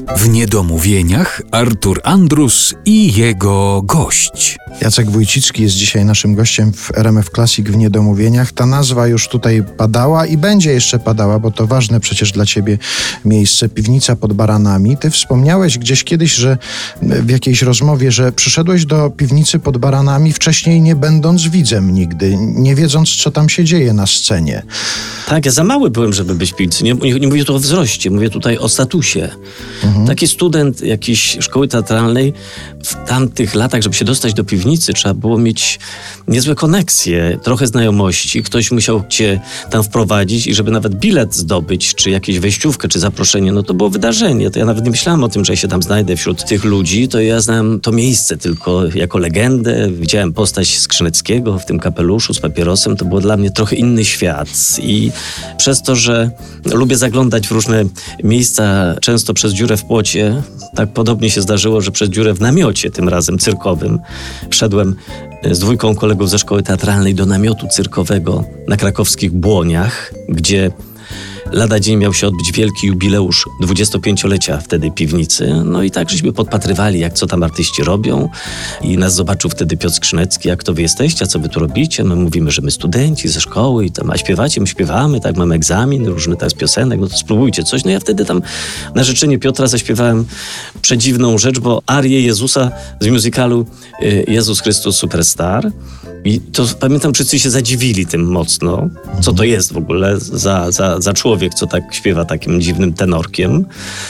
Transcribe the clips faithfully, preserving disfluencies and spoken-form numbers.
W Niedomówieniach Artur Andrus i jego gość. Jacek Wójcicki jest dzisiaj naszym gościem w R M F Classic w Niedomówieniach. Ta nazwa już tutaj padała i będzie jeszcze padała, bo to ważne przecież dla ciebie miejsce, piwnica pod Baranami. Ty wspomniałeś gdzieś kiedyś, że w jakiejś rozmowie, że przyszedłeś do piwnicy pod Baranami wcześniej nie będąc widzem nigdy, nie wiedząc, co tam się dzieje na scenie. Tak, ja za mały byłem, żeby być w piwnicy. Nie, nie, nie mówię tu o wzroście, mówię tutaj o statusie. Mhm. Taki student jakiejś szkoły teatralnej w tamtych latach, żeby się dostać do piwnicy, trzeba było mieć niezłe koneksje, trochę znajomości. Ktoś musiał cię tam wprowadzić i żeby nawet bilet zdobyć, czy jakieś wejściówkę, czy zaproszenie, no to było wydarzenie. To ja nawet nie myślałem o tym, że ja się tam znajdę wśród tych ludzi. To ja znałem to miejsce tylko jako legendę. Widziałem postać Skrzyneckiego w tym kapeluszu z papierosem. To było dla mnie trochę inny świat. I przez to, że lubię zaglądać w różne miejsca, często przez dziurę w płocie, tak podobnie się zdarzyło, że przez dziurę w namiocie, tym razem cyrkowym, wszedłem z dwójką kolegów ze szkoły teatralnej do namiotu cyrkowego na krakowskich Błoniach, gdzie lada dzień miał się odbyć wielki jubileusz dwudziestopięciolecia wtedy piwnicy. No i tak żeśmy podpatrywali, jak co tam artyści robią. I nas zobaczył wtedy Piotr Skrzynecki, jak to wy jesteście, a co wy tu robicie? My mówimy, że my studenci ze szkoły i tam, a śpiewacie? My śpiewamy, tak, mamy egzamin, różny tak z piosenek, no to spróbujcie coś. No ja wtedy tam na życzenie Piotra zaśpiewałem przedziwną rzecz, bo arię Jezusa z musicalu Jezus Chrystus Superstar. I to pamiętam, wszyscy się zadziwili tym mocno, co to jest w ogóle za, za, za człowiek, co tak śpiewa takim dziwnym tenorkiem.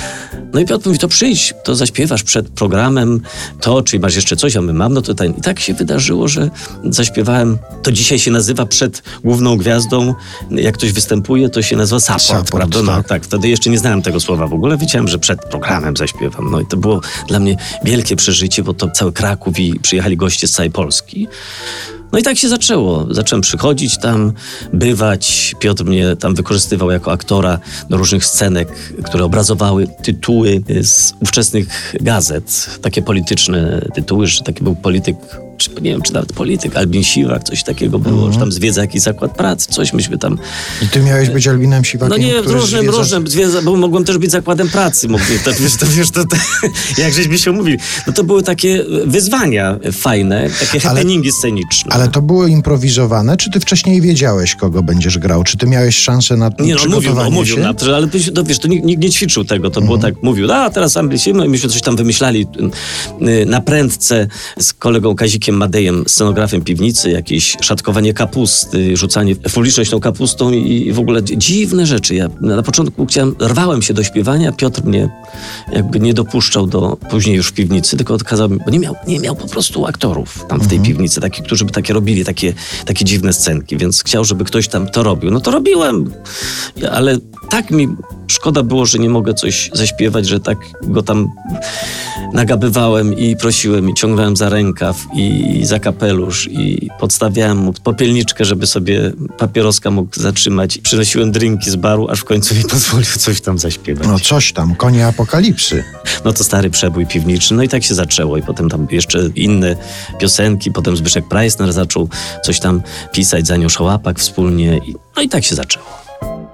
No i Piotr mówi, to przyjdź, to zaśpiewasz przed programem to, czy masz jeszcze coś, a my mam, no to ten. I tak się wydarzyło, że zaśpiewałem, to dzisiaj się nazywa przed główną gwiazdą, jak ktoś występuje, to się nazywa support, Support, prawda? No tak. tak, wtedy jeszcze nie znałem tego słowa w ogóle, wiedziałem, że przed programem zaśpiewam. No i to było dla mnie wielkie przeżycie, bo to cały Kraków i przyjechali goście z całej Polski. No i tak się zaczęło. Zacząłem przychodzić tam, bywać. Piotr mnie tam wykorzystywał jako aktora do różnych scenek, które obrazowały tytuły z ówczesnych gazet. Takie polityczne tytuły, że taki był polityk, czy nie wiem, czy nawet polityk, Albin Siwak, coś takiego było, mm. że tam zwiedza jakiś zakład pracy, coś myśmy tam... I ty miałeś być Albinem Siwakiem, No nie, który różnym, zwiedza... różnym, zwiedza, bo mogłem też być zakładem pracy, mogłem, to, wiesz, to, wiesz, to, to, jak żeśmy się umówili. No to były takie wyzwania fajne, takie happeningi ale, sceniczne. Ale to było improwizowane, czy ty wcześniej wiedziałeś, kogo będziesz grał? Czy ty miałeś szansę na nie, no, przygotowanie mówił, się? Mówił, na to, ale to, wiesz, to nikt, nikt nie ćwiczył tego, to mm. było tak, mówił, a teraz ambicjemy, myśmy coś tam wymyślali na prędce z kolegą Kazikiem Madejem, scenografem piwnicy, jakieś szatkowanie kapusty, rzucanie w publiczność tą kapustą i w ogóle dziwne rzeczy. Ja na początku chciałem, rwałem się do śpiewania, Piotr mnie jakby nie dopuszczał do, później już w piwnicy, tylko kazał mi, bo nie miał, nie miał po prostu aktorów tam w tej mhm. piwnicy, takich, którzy by takie robili, takie, takie dziwne scenki, więc chciał, żeby ktoś tam to robił. No to robiłem, ale tak mi szkoda było, że nie mogę coś zaśpiewać, że tak go tam nagabywałem i prosiłem i ciągnąłem za rękaw i za kapelusz i podstawiałem mu popielniczkę, żeby sobie papieroska mógł zatrzymać. Przynosiłem drinki z baru, aż w końcu mi pozwolił coś tam zaśpiewać. No coś tam, Konie Apokalipsy. No to stary przebój piwniczy. No i tak się zaczęło i potem tam jeszcze inne piosenki. Potem Zbyszek Preissner zaczął coś tam pisać, Zaniusz Łapak wspólnie. I, no i tak się zaczęło.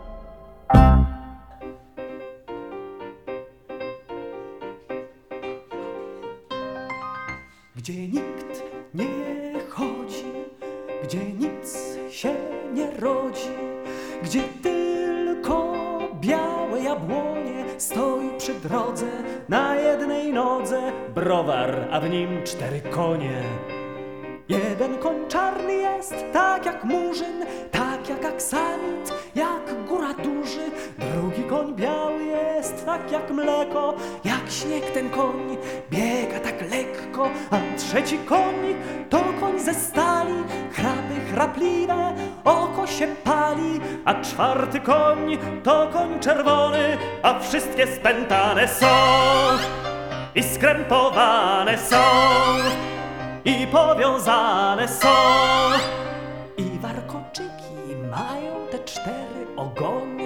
Gdzie nikt nie chodzi, gdzie nic się nie rodzi, gdzie tylko białe jabłonie stoi przy drodze na jednej nodze browar, a w nim cztery konie. Jeden koń czarny jest tak jak murzyn, tak jak aksamit, jak góra duży. Drugi koń biały jest tak jak mleko, jak śnieg ten koń biega tak lekko. A trzeci koń to koń ze stali, chrapy chrapliwe, oko się pali. A czwarty koń to koń czerwony, a wszystkie spętane są i skrępowane są i powiązane są. I warkoczyki mają te cztery ogony.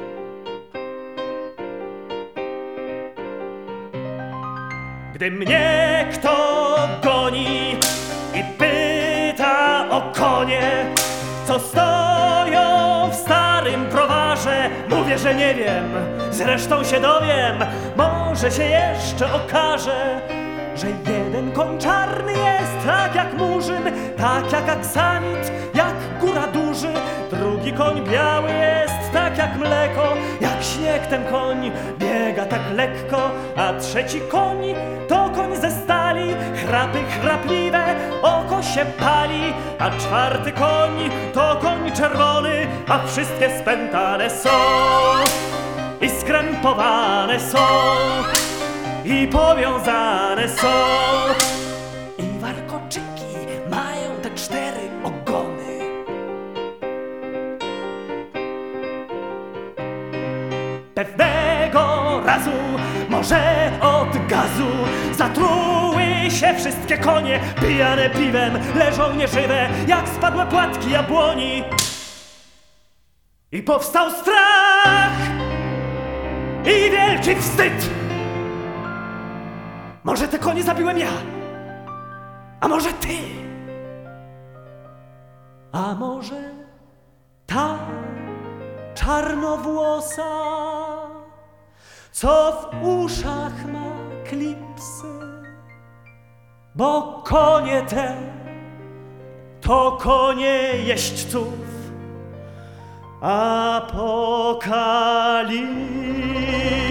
Gdy mnie kto goni i pyta o konie, co stoją w starym browarze, mówię, że nie wiem, zresztą się dowiem. Może może się jeszcze okaże, że jeden koń czarny jest tak jak murzyn, tak jak aksamit, jak góra duży. Drugi koń biały jest tak jak mleko, jak śnieg ten koń biega tak lekko. A trzeci koń to koń ze stali, chrapy chrapliwe, oko się pali. A czwarty koń to koń czerwony, a wszystkie spętane są i skrępowane są i powiązane są. I warkoczyki mają te cztery ogony. Pewnego razu, może od gazu, zatruły się wszystkie konie. Pijane piwem, leżą nieżywe jak spadłe płatki jabłoni. I powstał strach i wielki wstyd. Może te konie zabiłem ja, a może ty, a może ta czarnowłosa, co w uszach ma klipsy. Bo konie te to konie jeźdźców apokalipsy.